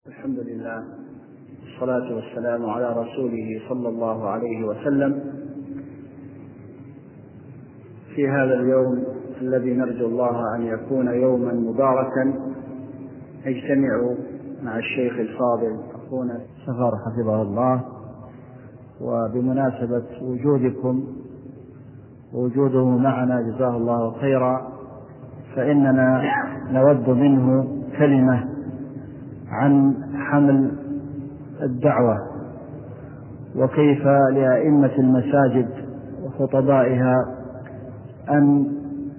الحمد لله والصلاة والسلام على رسوله صلى الله عليه وسلم في هذا اليوم الذي نرجو الله أن يكون يوما مباركا. نجتمع مع الشيخ الفاضل أخونا سفر حفظه الله، وبمناسبة وجودكم ووجوده معنا جزاه الله خيرا، فإننا نود منه كلمة عن حمل الدعوة، وكيف لأئمة المساجد وخطبائها أن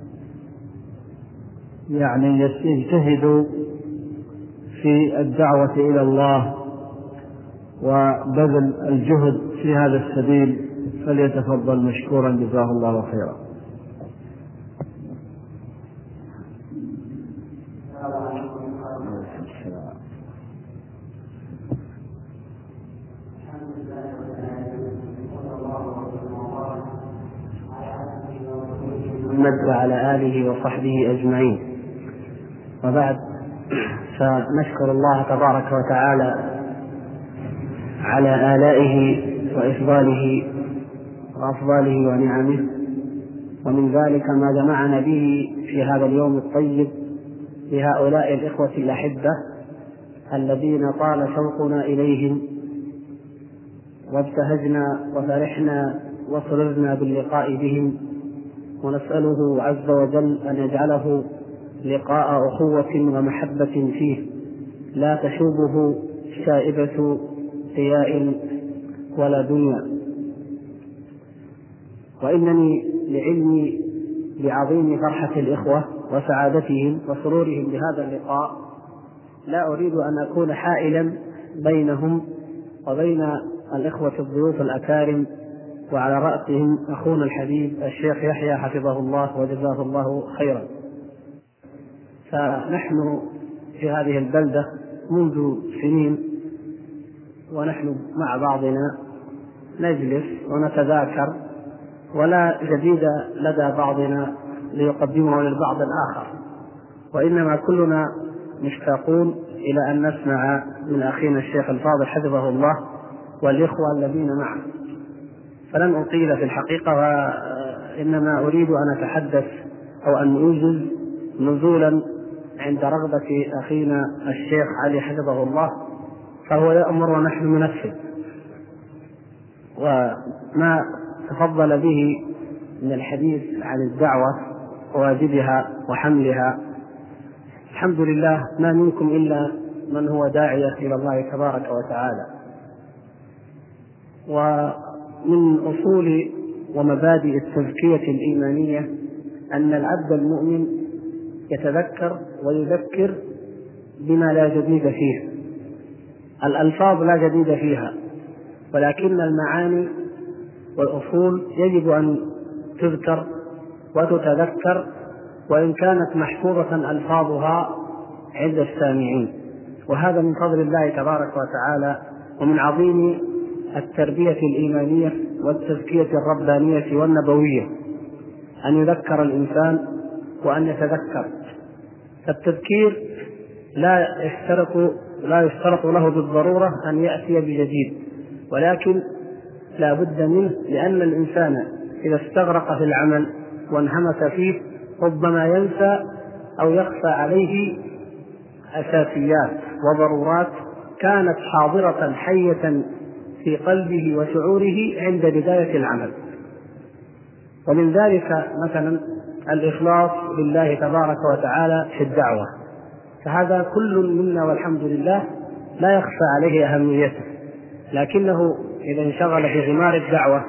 يجتهدوا في الدعوة إلى الله وبذل الجهد في هذا السبيل. فليتفضل مشكورا جزاه الله خيرا. محمد وعلى آله وصحبه أجمعين، وبعد، فنشكر الله تبارك وتعالى على آلائه وإفضاله وأفضاله ونعمه، ومن ذلك ما جمعنا به في هذا اليوم الطيب لهؤلاء الإخوة الأحبة الذين طال شوقنا إليهم، وابتهجنا وفرحنا وسررنا باللقاء بهم، ونسأله عز وجل أن يجعله لقاء أخوة ومحبة فيه لا تشوبه شائبة رياء ولا دنيا. وإنني لعلمي بعظيم فرحة الإخوة وسعادتهم وسرورهم بهذا اللقاء لا أريد أن أكون حائلا بينهم وبين الإخوة الضيوف الأكارم، وعلى رأسهم أخونا الحبيب الشيخ يحيى حفظه الله وجزاه الله خيرا. فنحن في هذه البلدة منذ سنين ونحن مع بعضنا نجلس ونتذاكر، ولا جديد لدى بعضنا ليقدمه للبعض الآخر، وإنما كلنا مشتاقون إلى أن نسمع من أخينا الشيخ الفاضل حفظه الله والإخوة الذين معه. فلن أطيل في الحقيقة، وإنما أريد أن أتحدث أو أن أوجز نزولا عند رغبة أخينا الشيخ علي حفظه الله، فهو يأمر ونحن ننفذ. وما تفضل به من الحديث عن الدعوة وواجبها وحملها، الحمد لله ما منكم إلا من هو داعية إلى الله تبارك وتعالى. ومن أصول ومبادئ التزكية الإيمانية أن العبد المؤمن يتذكر ويذكر بما لا جديد فيه. الألفاظ لا جديد فيها، ولكن المعاني والأصول يجب أن تذكر وتتذكر، وإن كانت محفوظة ألفاظها عند السامعين. وهذا من فضل الله تبارك وتعالى، ومن عظيم التربية الإيمانية والتزكية الربانية والنبوية أن يذكر الإنسان وأن يتذكر. فالتذكير لا يشترط له بالضرورة أن يأتي بجديد، ولكن لا بد منه، لأن الإنسان إذا استغرق في العمل وانهمس فيه ربما ينسى أو يخفى عليه أساسيات وضرورات كانت حاضرة حية في قلبه وشعوره عند بداية العمل. ومن ذلك مثلا الإخلاص لله تبارك وتعالى في الدعوة، فهذا كل منا والحمد لله لا يخفى عليه أهميته، لكنه إذا انشغل في غمار الدعوة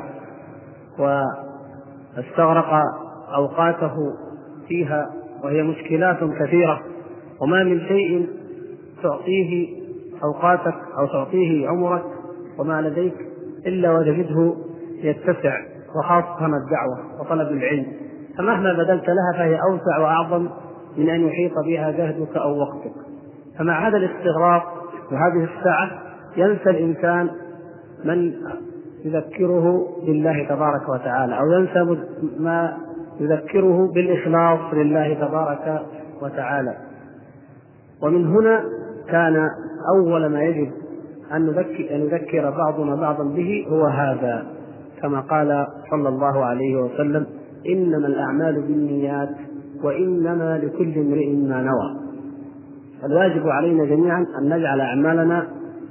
واستغرق أوقاته فيها، وهي مشكلات كثيرة، وما من شيء تعطيه أوقاتك أو تعطيه عمرك وما لديك إلا وتجده يتسع، وخاصة الدعوة وطلب العلم، فمهما بذلت لها فهي أوسع وأعظم من أن يحيط بها جهدك أو وقتك. فمع هذا الاستغراق وهذه الساعة ينسى الإنسان من يذكره بالله تبارك وتعالى، أو ينسى ما يذكره بالإخلاص لله تبارك وتعالى. ومن هنا كان أول ما يجب أن نذكر بعضنا بعضا به هو هذا، كما قال صلى الله عليه وسلم: إنما الأعمال بالنيات وإنما لكل امرئ ما نوى. الواجب علينا جميعا أن نجعل أعمالنا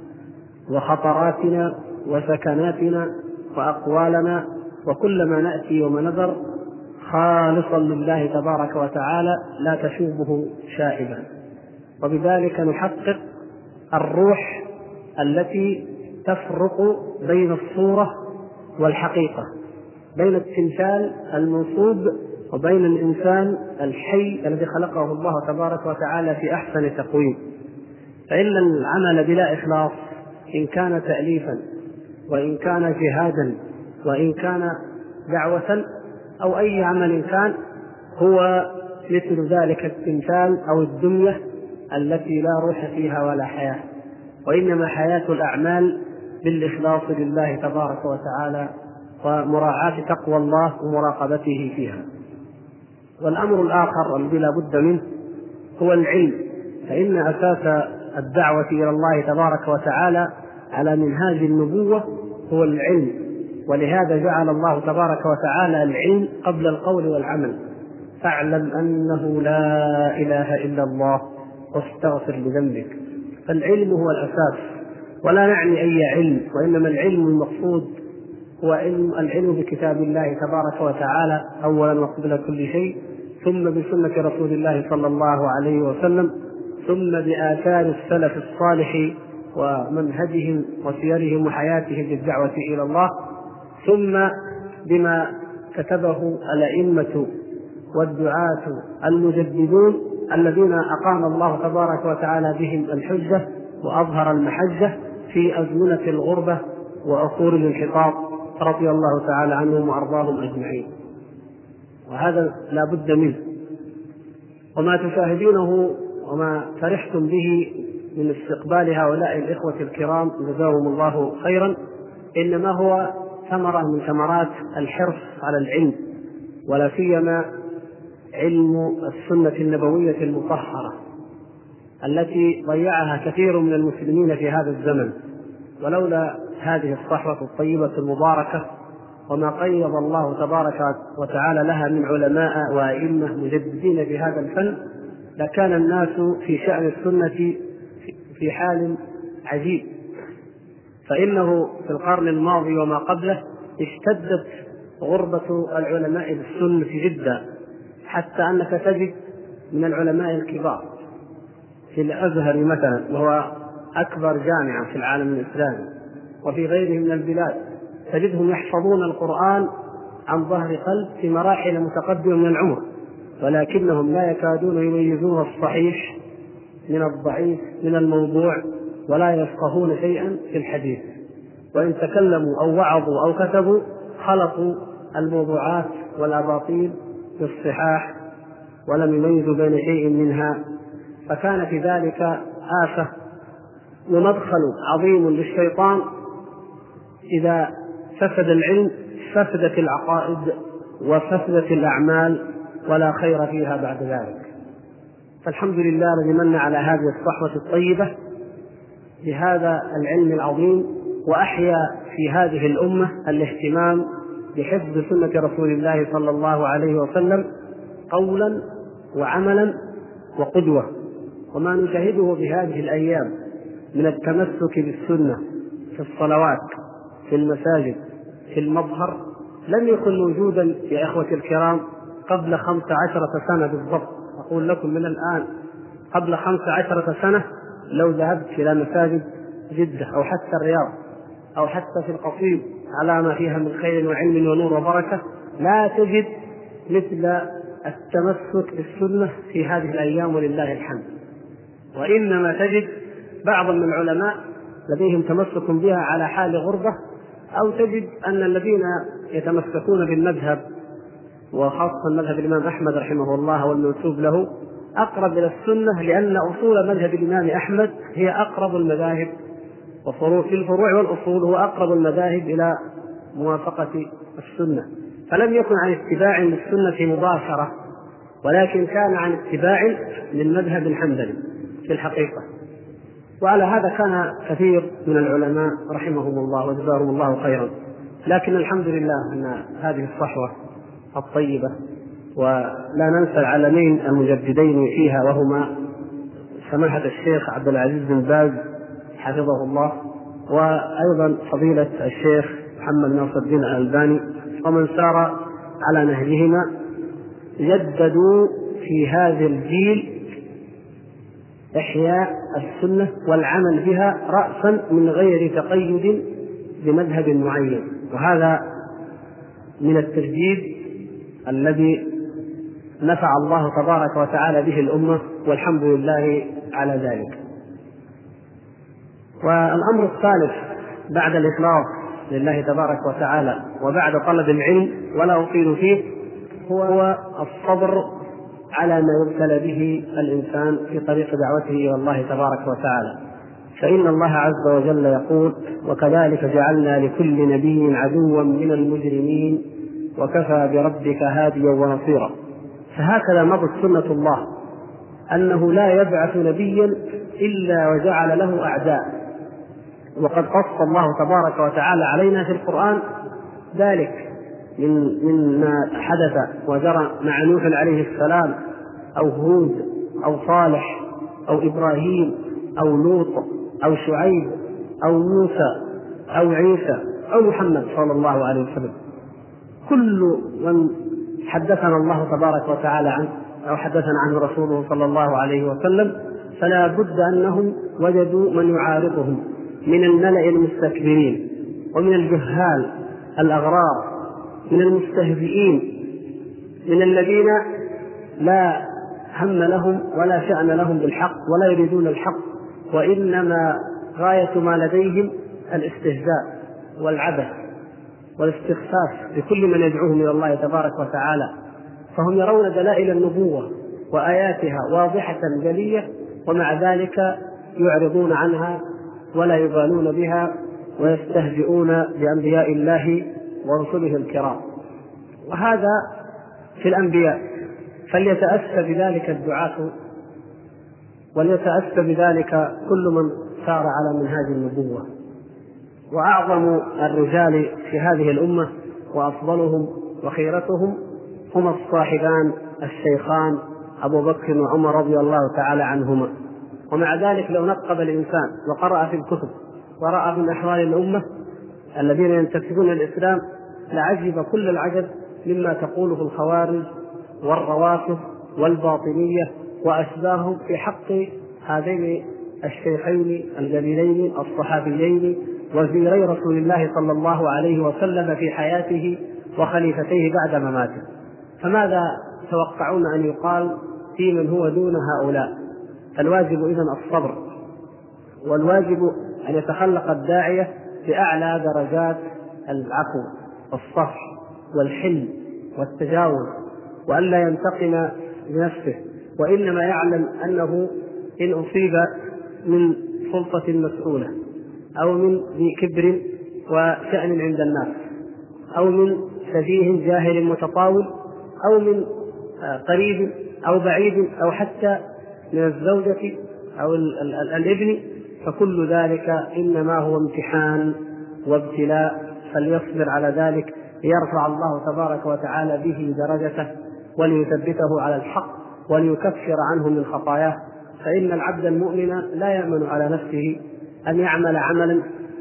وخطراتنا وسكناتنا وأقوالنا وكل ما نأتي وما نذر خالصا لله تبارك وتعالى لا تشوبه شائبا، وبذلك نحقق الروح التي تفرق بين الصورة والحقيقة، بين التمثال المنصوب وبين الإنسان الحي الذي خلقه الله تبارك وتعالى في أحسن تقويم. فإن العمل بلا إخلاص، إن كان تأليفا وإن كان جهادا وإن كان دعوة أو أي عمل كان، هو مثل ذلك التمثال أو الدمية التي لا روح فيها ولا حياة. وإنما حياة الأعمال بالإخلاص لله تبارك وتعالى ومراعاة تقوى الله ومراقبته فيها. والأمر الآخر الذي لا بد منه هو العلم، فإن أساس الدعوة إلى الله تبارك وتعالى على منهاج النبوة هو العلم، ولهذا جعل الله تبارك وتعالى العلم قبل القول والعمل: فاعلم أنه لا إله إلا الله واستغفر لذنبك. فالعلم هو الأساس، ولا نعني أي علم، وإنما العلم المقصود هو العلم بكتاب الله تبارك وتعالى أولا وقبل كل شيء، ثم بسنة رسول الله صلى الله عليه وسلم، ثم بآثار السلف الصالح ومنهجهم وسيرهم وحياتهم بالدعوة إلى الله، ثم بما كتبه الأئمة والدعاة المجددون الذين أقام الله تبارك وتعالى بهم الحجة وأظهر المحجة في أزمنة الغربة وعصور الانحطاط، رضي الله تعالى عنهم وأرضاهم أجمعين. وهذا لا بد منه. وما تشاهدونه وما فرحتم به من استقبال هؤلاء الإخوة الكرام جزاهم الله خيرا إنما هو ثمرة من ثمرات الحرص على العلم، ولا سيما علم السنة النبوية المطهرة التي ضيعها كثير من المسلمين في هذا الزمن. ولولا هذه الصحوة الطيبة المباركة وما قيض الله تبارك وتعالى لها من علماء وأئمة مجددين في هذا الفن، لكان الناس في شأن السنة في حال عجيب. فإنه في القرن الماضي وما قبله اشتدت غربة العلماء بالسنة جدا، حتى أنك تجد من العلماء الكبار في الأزهر مثلا، وهو أكبر جامعة في العالم الإسلامي، وفي غيره من البلاد، تجدهم يحفظون القرآن عن ظهر قلب في مراحل متقدمة من العمر، ولكنهم لا يكادون يميزون الصحيح من الضعيف من الموضوع، ولا يفقهون شيئا في الحديث، وإن تكلموا أو وعظوا أو كتبوا خلطوا الموضوعات والأباطيل بالصحاح ولم يميزوا بين شيء منها. فكان في ذلك آفة ومدخل عظيم للشيطان. إذا فسد العلم فسدت العقائد وفسدت الأعمال ولا خير فيها بعد ذلك. فالحمد لله الذي من على هذه الصحوة الطيبة بهذا العلم العظيم، وأحيا في هذه الأمة الاهتمام بحفظ سنة رسول الله صلى الله عليه وسلم قولا وعملا وقدوة. وما نشاهده في هذه الأيام من التمسك بالسنة في الصلوات في المساجد في المظهر لم يكن موجودا يا إخوة الكرام قبل 15 سنة بالضبط. أقول لكم من الآن قبل 15 سنة لو ذهبت إلى مساجد جدة أو حتى الرياض أو حتى في القصيم على ما فيها من خير وعلم ونور وبركة، لا تجد مثل التمسك بالسنة في هذه الأيام ولله الحمد. وإنما تجد بعض من العلماء لديهم تمسك بها على حال غربة، أو تجد أن الذين يتمسكون بالمذهب وخاصة مذهب الإمام أحمد رحمه الله والمنسوب له أقرب إلى السنة، لأن أصول مذهب الإمام أحمد هي أقرب المذاهب، وفي الفروع والأصول هو أقرب المذاهب إلى موافقة السنة. فلم يكن عن اتباع للسنة مباشرة، ولكن كان عن اتباع للمذهب الحنبلي في الحقيقة. وعلى هذا كان كثير من العلماء رحمهم الله وجزاهم الله خيرا. لكن الحمد لله أن هذه الصحوة الطيبة، ولا ننسى العلمين المجددين فيها وهما سماحة الشيخ عبد العزيز بن باز حفظه الله، وأيضا فضيلة الشيخ محمد ناصر الدين الألباني، ومن سار على نهجهما، جددوا في هذا الجيل إحياء السنة والعمل بها رأسا من غير تقيد بمذهب معين. وهذا من التجديد الذي نفع الله تبارك وتعالى به الأمة، والحمد لله على ذلك. والأمر الثالث بعد الإخلاص لله تبارك وتعالى وبعد طلب العلم ولا أطيل فيه هو الصبر على ما يبتلى به الإنسان في طريق دعوته إلى الله تبارك وتعالى. فإن الله عز وجل يقول: وكذلك جعلنا لكل نبي عدوا من المجرمين وكفى بربك هاديا ونصيرا. فهكذا مضت سنة الله، أنه لا يبعث نبيا إلا وجعل له أعداء. وقد قص الله تبارك وتعالى علينا في القرآن ذلك مما حدث وجرى مع نوح عليه السلام أو هود أو صالح أو إبراهيم أو لوط أو شعيب أو موسى أو عيسى أو محمد صلى الله عليه وسلم. كل من حدثنا الله تبارك وتعالى عنه أو حدثنا عنه رسوله صلى الله عليه وسلم فلا بد أنهم وجدوا من يعارضهم من الملأ المستكبرين ومن الجهال الأغرار، من المستهزئين، من الذين لا هم لهم ولا شأن لهم بالحق ولا يريدون الحق، وإنما غاية ما لديهم الاستهزاء والعبث والاستخفاف بكل من يدعوهم إلى الله تبارك وتعالى. فهم يرون دلائل النبوة وآياتها واضحة جلية، ومع ذلك يعرضون عنها ولا يبالون بها ويستهزئون بأنبياء الله ورسله الكرام. وهذا في الأنبياء، فليتأسى بذلك الدعاة وليتأسى بذلك كل من سار على منهاج النبوة. وأعظم الرجال في هذه الأمة وأفضلهم وخيرتهم هما الصاحبان الشيخان أبو بكر وعمر رضي الله تعالى عنهما. ومع ذلك لو نقب الإنسان وقرأ في الكتب ورأى من أحوال الأمة الذين ينتسبون الإسلام لعجب كل العجب مما تقوله الخوارج والروافض والباطنية وأشباههم في حق هذين الشيخين الجليلين الصحابيين وزيري رسول الله صلى الله عليه وسلم في حياته وخليفتيه بعد مماته. فماذا توقعون أن يقال في من هو دون هؤلاء؟ فالواجب إذن الصبر، والواجب أن يتخلق الداعية بأعلى درجات العفو والصفح والحلم والتجاوز، وألا ينتقم لنفسه، وإنما يعلم أنه إن أصيب من سلطة مسؤولة أو من ذي كبر وشأن عند الناس أو من سفيه جاهل متطاول أو من قريب أو بعيد أو حتى من الزوجة أو الابن، فكل ذلك إنما هو امتحان وابتلاء، فليصبر على ذلك ليرفع الله تبارك وتعالى به درجته وليثبته على الحق وليكفر عنه من خطاياه. فإن العبد المؤمن لا يأمن على نفسه أن يعمل عملا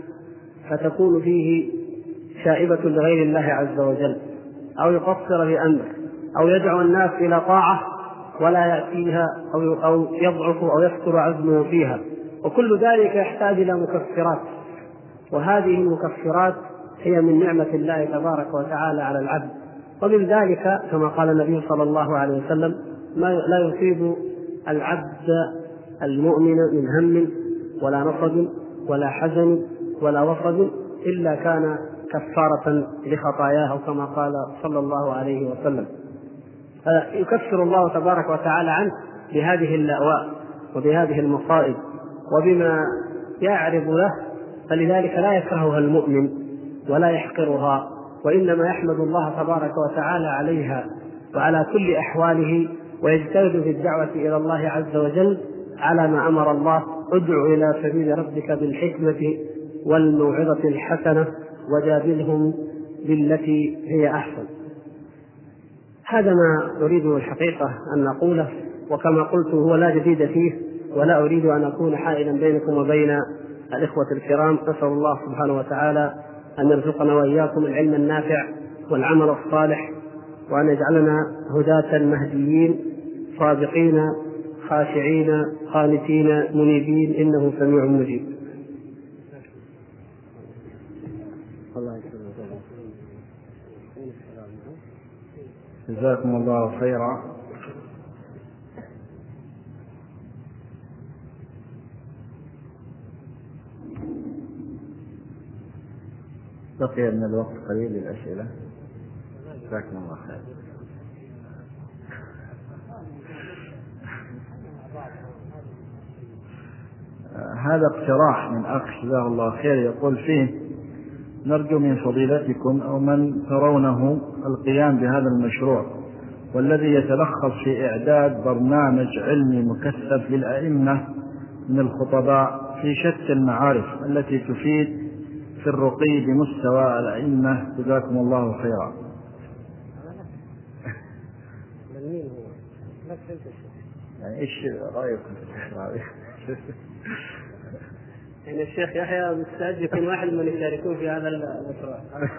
فتكون فيه شائبة لغير الله عز وجل، أو يقصر بأمر، أو يدعو الناس إلى طاعة ولا يأتيها، أو يضعف أو يكثر عزمه فيها، وكل ذلك يحتاج إلى مكفرات. وهذه المكفرات هي من نعمة الله تبارك وتعالى على العبد. ومن ذلك كما قال النبي صلى الله عليه وسلم: ما لا يصيب العبد المؤمن من هم ولا نصب ولا حزن ولا وصب إلا كان كفارة لخطاياه، كما قال صلى الله عليه وسلم. فيكفر الله تبارك وتعالى عنه بهذه اللأواء وبهذه المصائب وبما يعرض له، فلذلك لا يكرهها المؤمن ولا يحقرها، وإنما يحمد الله تبارك وتعالى عليها وعلى كل أحواله، ويجتهد في الدعوة إلى الله عز وجل على ما أمر الله ادع إلى سبيل ربك بالحكمة والموعظة الحسنة وجادلهم بالتي هي أحسن. هذا ما أريده الحقيقة أن أقوله، وكما قلت هو لا جديد فيه، ولا أريد أن أكون حائلا بينكم وبين الإخوة الكرام. أسأل الله سبحانه وتعالى أن يرزقنا وإياكم العلم النافع والعمل الصالح، وأن يجعلنا هداة مهديين صادقين خاشعين قانتين منيبين، إنه سميع مجيب. جزاكم الله خيرا. بقي من الوقت قليل للأسئلة. جزاكم الله خير. هذا اقتراح من أخ جزاه الله خير يقول فيه: نرجو من فضيلتكم أو من ترونه القيام بهذا المشروع، والذي يتلخص في إعداد برنامج علمي مكثف للأئمة من الخطباء في شتى المعارف التي تفيد في الرقي بمستوى الأئمة. جزاكم الله خيرا. يعني إيش رأيكم في هذا؟ يعني الشيخ يحيى مستعد يكون واحد من يشاركون في هذا المشروع.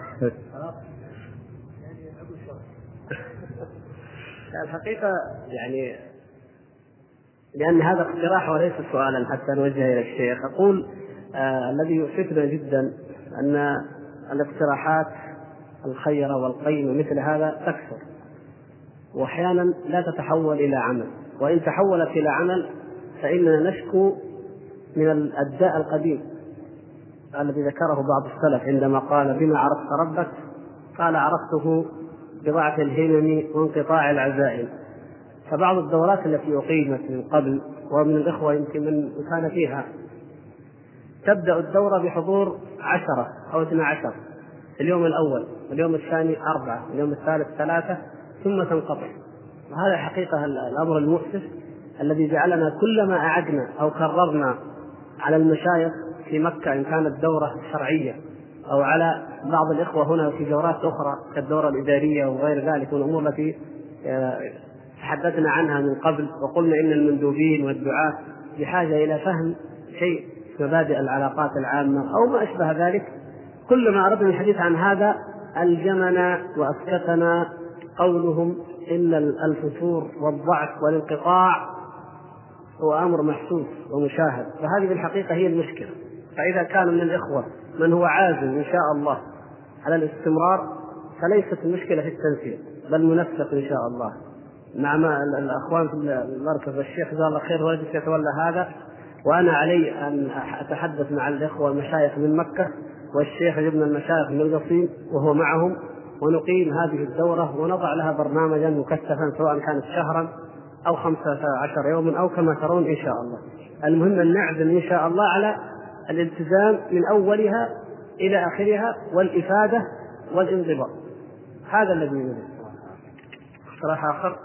الحقيقة يعني لأن هذا اقتراح وليس سؤالا حتى نوجه إلى الشيخ، أقول الذي يؤسفنا جدا أن الاقتراحات الخيرة والقيمة مثل هذا تكثر، وأحيانا لا تتحول إلى عمل، وإن تحولت إلى عمل فإننا نشكو من الداء القديم الذي ذكره بعض السلف عندما قال: بما عرفت ربك؟ قال: عرفته بضعف الهمم وانقطاع العزائم. فبعض الدورات التي أقيمت من قبل، ومن الإخوة يمكن من كان فيها، تبدأ الدورة بحضور 10 أو 12 في اليوم الأول، واليوم الثاني 4، واليوم الثالث 3، ثم تنقطع. وهذا حقيقة الأمر المؤسف الذي جعلنا كلما أعدنا أو كررنا على المشايخ في مكة إن كانت دورة شرعية، أو على بعض الإخوة هنا في دورات أخرى كالدورة الإدارية وغير ذلك والأمور التي تحدثنا عنها من قبل، وقلنا إن المندوبين والدعاة بحاجة إلى فهم شيء مبادئ العلاقات العامة أو ما أشبه ذلك. كلما أردنا الحديث عن هذا ألجمنا وأسكتنا قولهم إن الفتور والضعف والانقطاع هو أمر محسوس ومشاهد، فهذه بالحقيقة هي المشكلة. فإذا كان من الإخوة من هو عازم إن شاء الله على الاستمرار فليست المشكلة في التنسيق، بل منسق إن شاء الله مع الأخوان في المركز. الشيخ جزاه الله خير هو الذي سيتولى هذا، وأنا علي أن أتحدث مع الإخوة المشايخ من مكة، والشيخ ابن المشايخ من القصيم وهو معهم، ونقيم هذه الدورة ونضع لها برنامجا مكثفا سواء كانت شهرا أو 15 يوما أو كما ترون إن شاء الله. المهم أن نعزم إن شاء الله على الالتزام من أولها إلى آخرها والإفادة والانضباط. هذا الذي يريد. اقتراح آخر: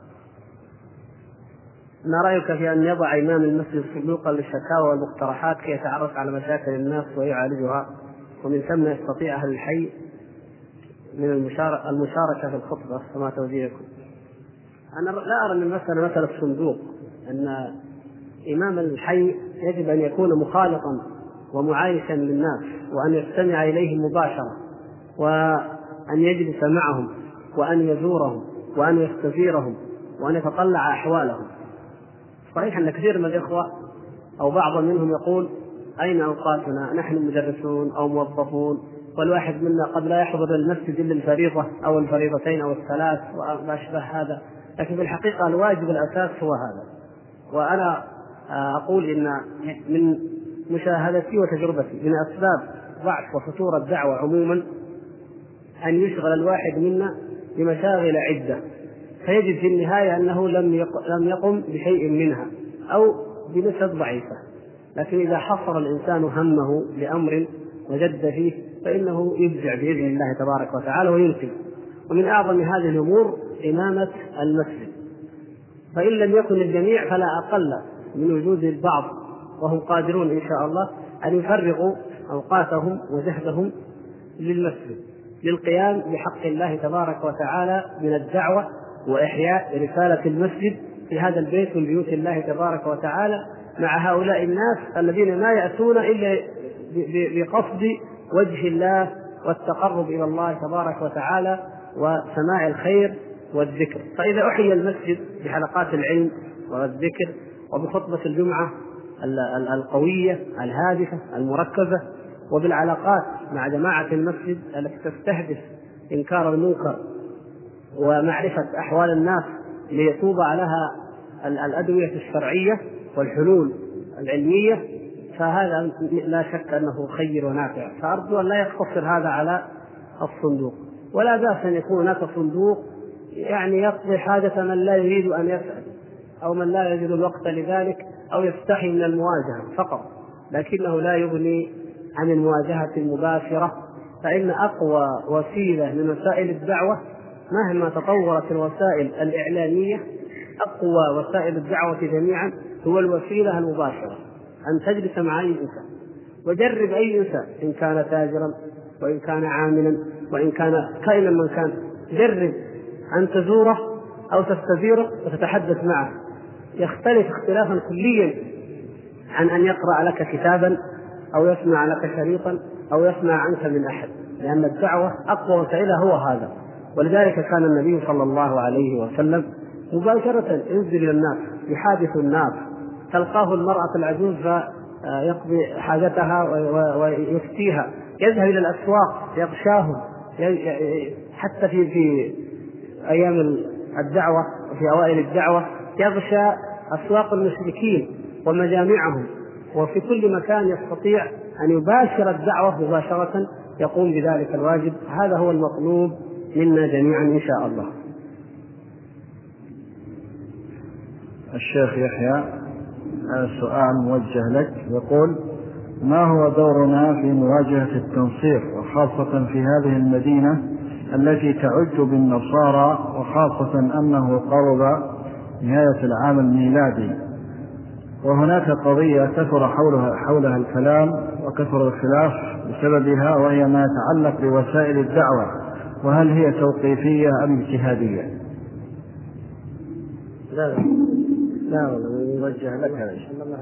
ما رأيك في أن يضع إمام المسجد صندوقا للشكاوى والمقترحات كي يتعرف على مشاكل الناس ويعالجها، ومن ثم يستطيع أهل الحي من المشاركة في الخطبة؟ فما توجيهكم؟ أنا لا أرى أن المسألة مثل الصندوق، أن إمام الحي يجب أن يكون مخالطا ومعايشا للناس، وأن يستمع إليهم مباشرة، وأن يجلس معهم، وأن يزورهم، وأن يستزيرهم، وأن يتطلع أحوالهم. صحيح أن كثير من الإخوة أو بعض منهم يقول: أين أوقاتنا؟ نحن مدرسون أو موظفون، والواحد منا قد لا يحضر المسجد إلا الفريضة أو الفريضتين أو الثلاث وما أشبه هذا. لكن في الحقيقة الواجب الأساس هو هذا. وأنا أقول إن من مشاهدتي وتجربتي من أسباب ضعف وفتور الدعوة عموما أن يشغل الواحد منا بمشاغل عدة، فيجد في النهاية أنه لم يقم بشيء منها أو بنسب ضعيفة. لكن إذا حصر الإنسان همه لأمر وجد فيه فإنه يبدع بإذن الله تبارك وتعالى وينتج. ومن أعظم هذه الأمور إمامة المسجد، فإن لم يكن الجميع فلا أقل من وجود البعض وهم قادرون إن شاء الله أن يفرغوا أوقاتهم وجهدهم للمسجد للقيام بحق الله تبارك وتعالى من الدعوة وإحياء رسالة المسجد في هذا البيت من بيوت الله تبارك وتعالى مع هؤلاء الناس الذين ما يأتون إلا بقصد وجه الله والتقرب إلى الله تبارك وتعالى وسماع الخير والذكر. فإذا أحيي المسجد بحلقات العلم والذكر وبخطبة الجمعة القوية الهادفة المركزة وبالعلاقات مع جماعة المسجد التي تستهدف إنكار المنكر ومعرفة أحوال الناس ليتوضع لها الأدوية الشرعية والحلول العلمية، فهذا لا شك أنه خير ونافع. فأرجو أن لا يقتصر هذا على الصندوق، ولا بأس أن يكون هناك صندوق يعني يقضي حاجة من لا يريد أن يسأل أو من لا يجد الوقت لذلك أو يستحي من المواجهة فقط، لكنه لا يغني عن المواجهة المباشرة. فإن أقوى وسيلة من وسائل الدعوة مهما تطورت الوسائل الإعلامية، أقوى وسائل الدعوة جميعا هو الوسيلة المباشرة، أن تجلس مع أي إنسان وجرب أي إنسان إن كان تاجرا وإن كان عاملا وإن كان كائنا من كان، جرب أن تزوره أو تستزيره وتتحدث معه، يختلف اختلافا كليا عن أن يقرأ لك كتابا أو يسمع لك شريطا أو يسمع عنك من أحد، لأن الدعوة أقوى وسيلة هو هذا. ولذلك كان النبي صلى الله عليه وسلم مباشرة ينزل إلى الناس يحادث الناس، تلقاه المرأة العجوز فيقضي حاجتها ويفتيها، يذهب إلى الأسواق يغشاهم، حتى في أيام الدعوة وفي أوائل الدعوة يغشى أسواق المشركين ومجامعهم، وفي كل مكان يستطيع أن يباشر الدعوة مباشرة يقوم بذلك الواجب. هذا هو المطلوب منا جميعا إن شاء الله. الشيخ يحيى سؤال موجه لك، يقول: ما هو دورنا في مواجهة التنصير وخاصة في هذه المدينة التي تعج بالنصارى، وخاصة أنه قرب نهاية العام الميلادي وهناك قضية كثر حولها الكلام وكثر الخلاف بسببها، وهي ما يتعلق بوسائل الدعوة، وهل هي توقيفية أم اجتهادية؟ لا والله يوجه لك هذا إن شاء الله.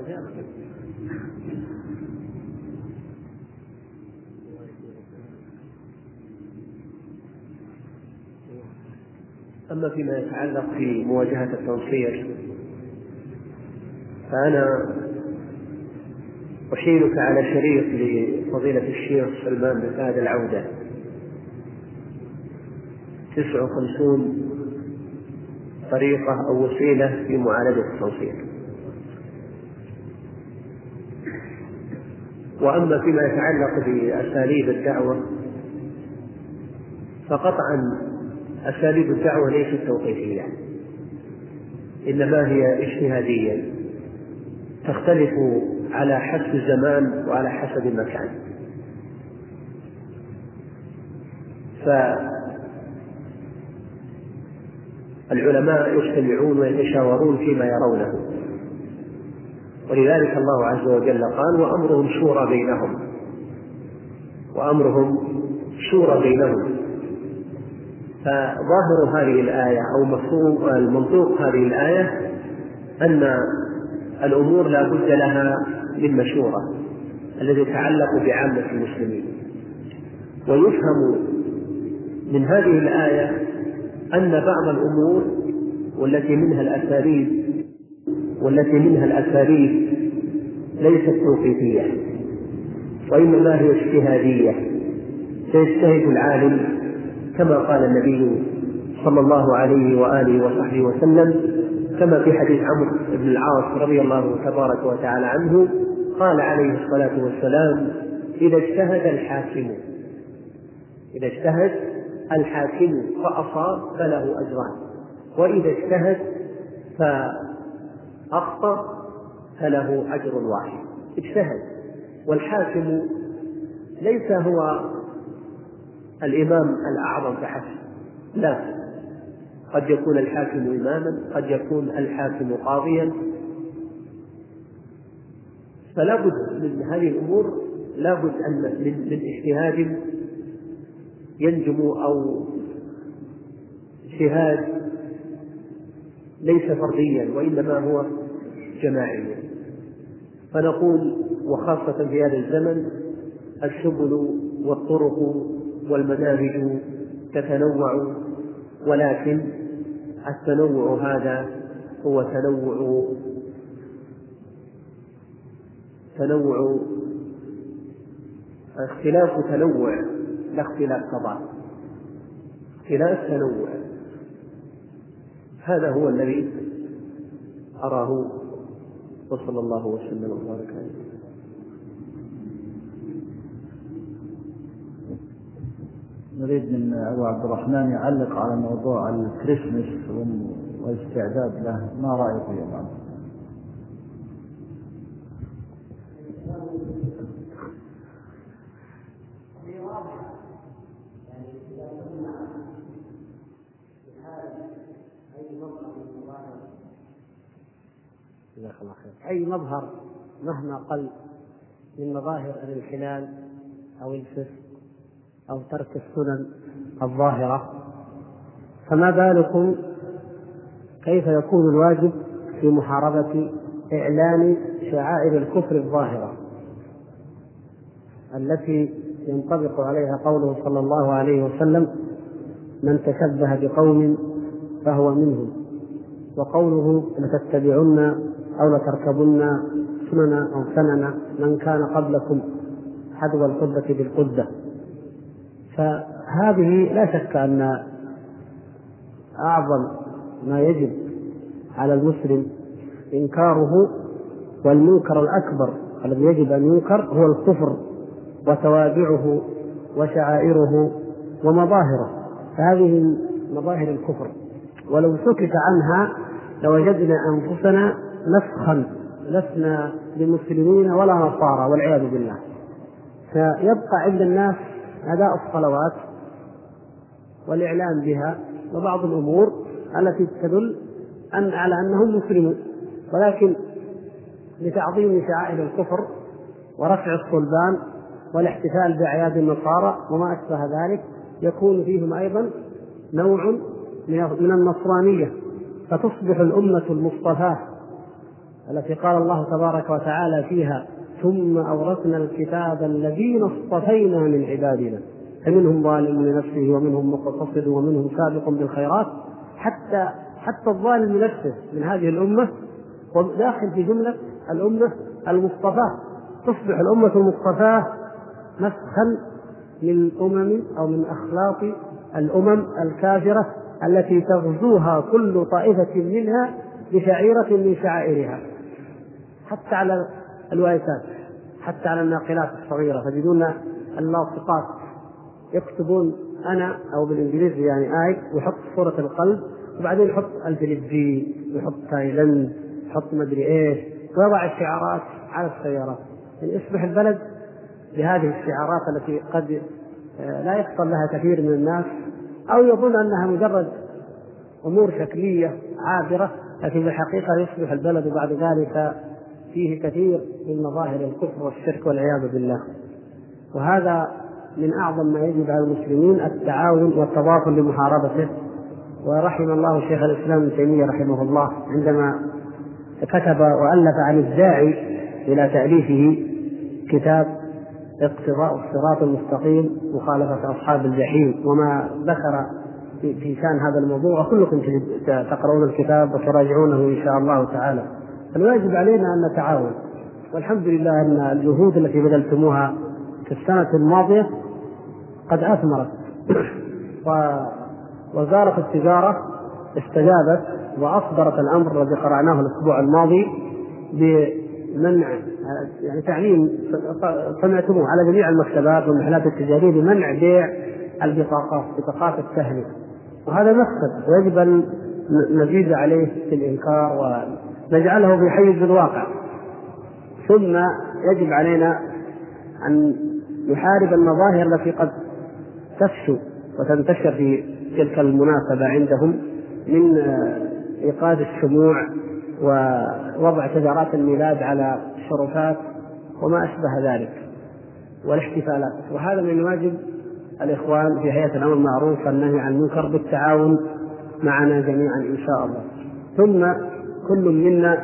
أما فيما يتعلق في مواجهة التنصير فأنا أحيلك على شريط لفضيلة الشيخ سلمان بن فهد العودة 59 طريقة أو وسيلة في معالجة التنصير. وأما فيما يتعلق بأساليب الدعوة فقطعا أساليب الدعوة ليست توقيفية، إنما هي اجتهادية تختلف على حسب الزمان وعلى حسب المكان. فالعلماء يجتمعون ويتشاورون فيما يرونه، ولذلك الله عز وجل قال: وأمرهم شورى بينهم. فظاهر هذه الآية أو مفهوم المنطوق هذه الآية أن الأمور لا بد لها من مشورة الذي يتعلق بعامة المسلمين. ويفهم من هذه الآية أن بعض الأمور والتي منها الأساليب ليست توقيفية وإنما هي اجتهادية، فيجتهد العالم كما قال النبي صلى الله عليه وآله وصحبه وسلم، كما في حديث عمرو بن العاص رضي الله تبارك وتعالى عنه قال عليه الصلاة والسلام: إذا اجتهد الحاكم فأصاب فله أجران، وإذا اجتهد فأخطأ فله أجر واحد. اجتهد، والحاكم ليس هو الإمام الأعظم فحسب، لا، قد يكون الحاكم إماما، قد يكون الحاكم قاضيا، فلا بد من هذه الأمور، لا بد أن من اجتهاد ينجم أو اجتهاد ليس فرديا وإنما هو جماعيا. فنقول وخاصة في هذا الزمن السبل والطرق والمناهج تتنوع، ولكن التنوع هذا هو تنوع اختلاف تنوع لا اختلاف تضاد، اختلاف تنوع. هذا هو الذي أراه، وصلى الله وسلم وبارك عليه. نريد من أبو عبد الرحمن يعلق على موضوع الكريسماس والاستعداد له، ما رأيك يا بعض؟ أي مظهر مهما قل من مظاهر الانحلال أو الفسق أو ترك السنن الظاهرة، فما بالكم كيف يكون الواجب في محاربة إعلان شعائر الكفر الظاهرة التي ينطبق عليها قوله صلى الله عليه وسلم: من تشبه بقوم فهو منهم، وقوله: لتتبعن أو لتركبن سنن من كان قبلكم حذو القدة بالقدة. فهذه لا شك أن أعظم ما يجب على المسلم إنكاره، والمنكر الأكبر الذي يجب أن ينكر هو الكفر وتوابعه وشعائره ومظاهره. فهذه مظاهر الكفر، ولو سكت عنها لوجدنا أنفسنا نسخا لسنا بمسلمين ولا نصارى والعياذ بالله. فيبقى عند الناس أداء الصلوات والإعلام بها وبعض الأمور التي تدل على أنهم مسلمون، ولكن لتعظيم شعائر الكفر ورفع الصلبان والاحتفال بأعياد النصارى وما أشبه ذلك يكون فيهم أيضا نوع من النصرانية، فتصبح الأمة المصطفاة التي قال الله تبارك وتعالى فيها: ثم أورثنا الكتاب الذين اصطفينا من عبادنا فمنهم ظالم لنفسه ومنهم مقتصد ومنهم سابق بالخيرات. حتى الظالم لنفسه من هذه الأمة وداخل في جملة الأمة المصطفاة. تصبح الأمة المصطفاة مسخا للأمم أو من أخلاق الأمم الكافرة التي تغزوها كل طائفة منها بشعيرة من شعائرها، حتى على الوايتات، حتى على الناقلات الصغيرة تجدون اللاصقات يكتبون أنا أو بالإنجليزي يعني آي، ويحط صورة القلب وبعدين يحط الفلبين ويحط تايلاند يحط مدري إيش ويضع الشعارات على السيارات. يعني يصبح البلد بهذه الشعارات التي قد لا يفصل لها كثير من الناس أو يظن أنها مجرد أمور شكلية عابرة، لكن في الحقيقة يصبح البلد بعد ذلك فيه كثير من مظاهر الكفر والشرك والعياذ بالله. وهذا من أعظم ما يجب على المسلمين التعاون والتضافر لمحاربته. ورحم الله شيخ الإسلام ابن تيمية رحمه الله عندما كتب وألف عن الداعي إلى تأليفه كتاب اقتضاء الصراط المستقيم مخالفة أصحاب الجحيم، وما ذكر في شان هذا الموضوع، وكلكم تقرؤون الكتاب وتراجعونه إن شاء الله تعالى. الواجب علينا أن نتعاون، والحمد لله أن الجهود التي بذلتموها في السنة الماضية قد أثمرت. ووزارة التجارة استجابت وأصدرت الأمر الذي قرأناه الأسبوع الماضي بمنع، يعني تعليم سمعتموه على جميع المكتبات والمحلات التجارية بمنع بيع البطاقات، بطاقات التهنئة، وهذا مقصد ويجب أن نزيد عليه في الإنكار ونجعله في حيز الواقع. ثم يجب علينا أن نحارب المظاهر التي قد تفشو وتنتشر في تلك المناسبة عندهم من إيقاد الشموع ووضع شجرات الميلاد على الشرفات وما أشبه ذلك والاحتفالات. وهذا من واجب الإخوان في هيئة الأمر بالمعروف والنهي عن المنكر بالتعاون معنا جميعا إن شاء الله. ثم كل منا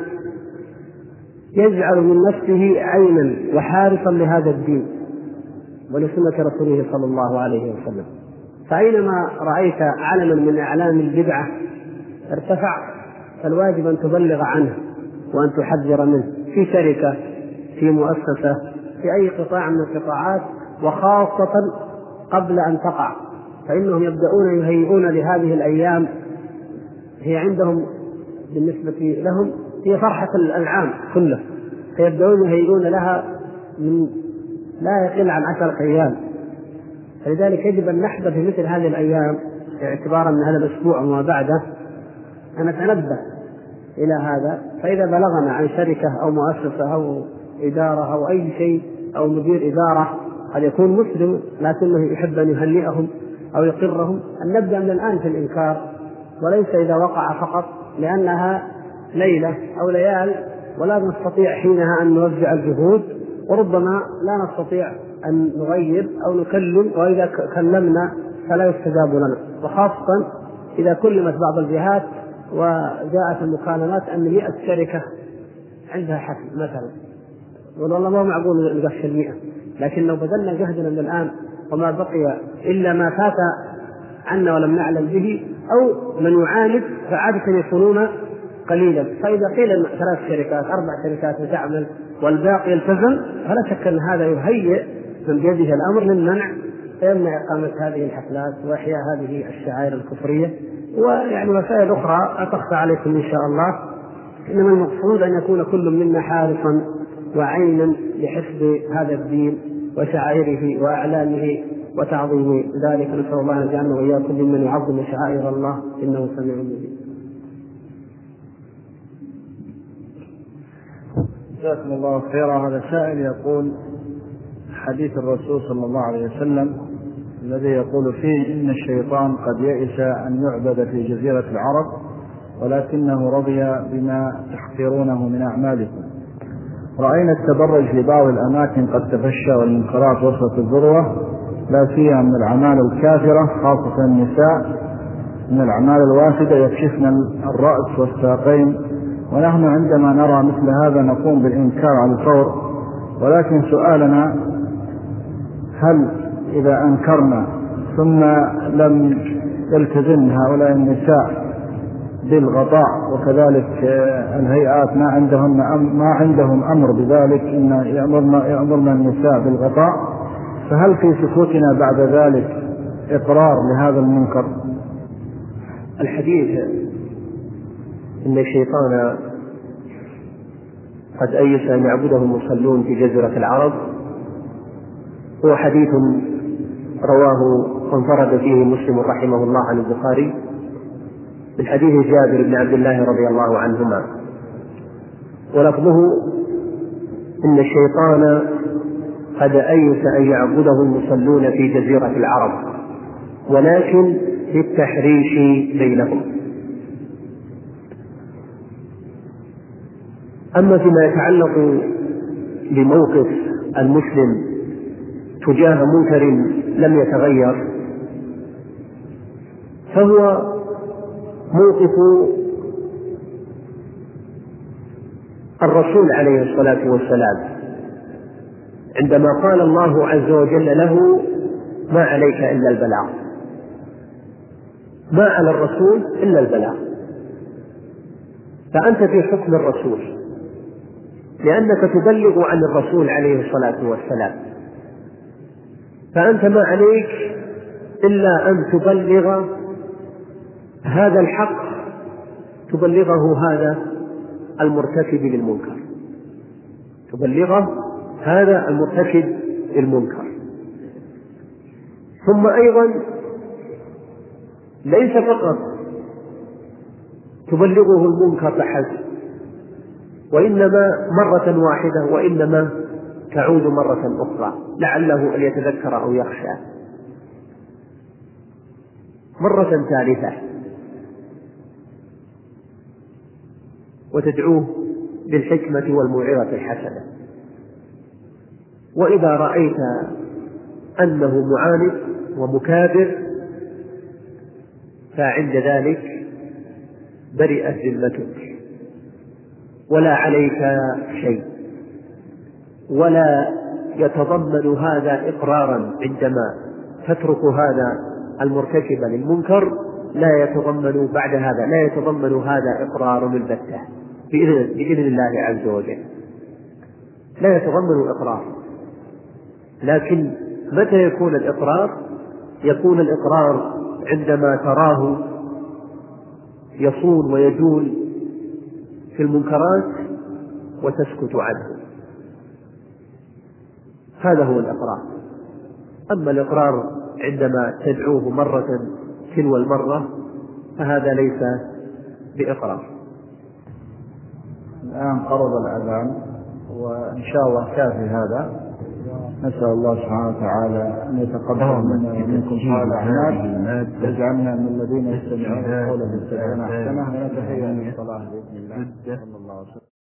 يجعل من نفسه عينا وحارسا لهذا الدين ولسنة رسوله صلى الله عليه وسلم. فأينما رأيت علما من أعلام البدعة ارتفع فالواجب أن تبلغ عنه وأن تحذر منه في شركة، في مؤسسة، في أي قطاع من القطاعات، وخاصة قبل أن تقع، فإنهم يبدأون يهيئون لهذه الأيام، هي عندهم بالنسبة لهم هي فرحة العام كله، فيبدأون يهيئون لها من لا يقل عن 10 أيام. فلذلك يجب أن نحذر في مثل هذه الأيام اعتبارا من هذا الأسبوع وما بعده أن نتنبه إلى هذا. فإذا بلغنا عن شركة أو مؤسسة أو إدارة أو أي شيء أو مدير إدارة قد يكون مسلم لكنه يحب أن يهنئهم أو يقرهم، أن نبدأ من الآن في الإنكار، وليس إذا وقع فقط، لأنها ليلة أو ليال ولا نستطيع حينها أن نوزع الجهود، وربما لا نستطيع أن نغير أو نكلم، وإذا كلمنا فلا يستجاب لنا، وخاصة إذا كلمت بعض الجهات وجاءت المكالمات أن 100 شركة عندها حفل مثلا، والله ما معقول نقفل 100، لكن لو بذلنا جهدنا من الآن وما بقي إلا ما فات عنا ولم نعلم به أو من يعاند فعادة يكونون قليلا. فإذا قيل 3 شركات 4 شركات تعمل والباقي يلتزم فلا شك أن هذا يهيئ من بيده الأمر للمنع، فيمنع إقامة هذه الحفلات وإحياء هذه الشعائر الكفرية، ويعني مسائل أخرى لا تخفى عليكم إن شاء الله. إنما المقصود أن يكون كل منا حارصا وعينا لحفظ هذا الدين وشعائره وأعلامه وتعظيم ذلك. نسأل الله أن يجعلنا وإياكم ممن يعظم شعائر الله إنه سميع مجيب. جزاكم الله خيرا. هذا سائل يقول: حديث الرسول صلى الله عليه وسلم الذي يقول فيه إن الشيطان قد يئس أن يعبد في جزيرة العرب ولكنه رضي بما تحقرونه من أعمالكم. رأينا التبرج في بعض الأماكن قد تفشى والمنكرات وصلت الذروة، لا سيما من الأعمال الكافرة، خاصة النساء من الأعمال الوافدة يكشفن الرأس والساقين، ونحن عندما نرى مثل هذا نقوم بالإنكار على الفور. ولكن سؤالنا: هل إذا أنكرنا ثم لم يلتزم هؤلاء النساء بالغطاء وكذلك الهيئات ما عندهم أمر بذلك، إن يأمرنا النساء بالغطاء، فهل في سكوتنا بعد ذلك إقرار لهذا المنكر؟ الحديث إن الشيطان قد أيس أن يعبده المصلون في جزيرة العرب هو حديث رواه وانفرد فيه مسلم رحمه الله عن البخاري من حديث جابر بن عبد الله رضي الله عنهما، ولفظه: إن الشيطان قد أيس أن يعبده المصلون في جزيرة العرب ولكن للتحريش بينهم. أما فيما يتعلق بموقف المسلم تجاه منكر لم يتغير فهو موقف الرسول عليه الصلاة والسلام عندما قال الله عز وجل له: ما عليك إلا البلاغ، ما على الرسول إلا البلاغ. فأنت في حكم الرسول لأنك تبلغ عن الرسول عليه الصلاة والسلام، فأنت ما عليك إلا أن تبلغ هذا الحق، تبلغه هذا المرتكب للمنكر، تبلغه هذا المرتكب للمنكر. ثم أيضا ليس فقط تبلغه المنكر فحسب، وإنما مرة واحدة، وإنما تعود مرة أخرى لعله أن يتذكر أو يخشى، مرة ثالثة، وتدعوه بالحكمة والموعظة الحسنة. وإذا رأيت أنه معاند ومكابر فعند ذلك برئت ذمتك ولا عليك شيء، ولا يتضمن هذا إقرارا عندما تترك هذا المرتكب للمنكر، لا يتضمن بعد هذا، لا يتضمن هذا إقرار البتة بإذن الله عز وجل، لا يتضمن إقرار. لكن متى يكون الإقرار؟ يكون الإقرار عندما تراه يصون ويجول في المنكرات وتسكت عنه، هذا هو الإقرار. أما الإقرار عندما تدعوه مرة تلو المرة فهذا ليس بإقرار. الآن قرب الأذان وإن شاء الله كافي هذا. نسأل الله سبحانه وتعالى أن يتقبل منا ومنكم صالح الأعمال، يجعلنا من الذين يستمعون القول فيتبعون أحسنه، ونتحيا من الصلاة بإذن الله.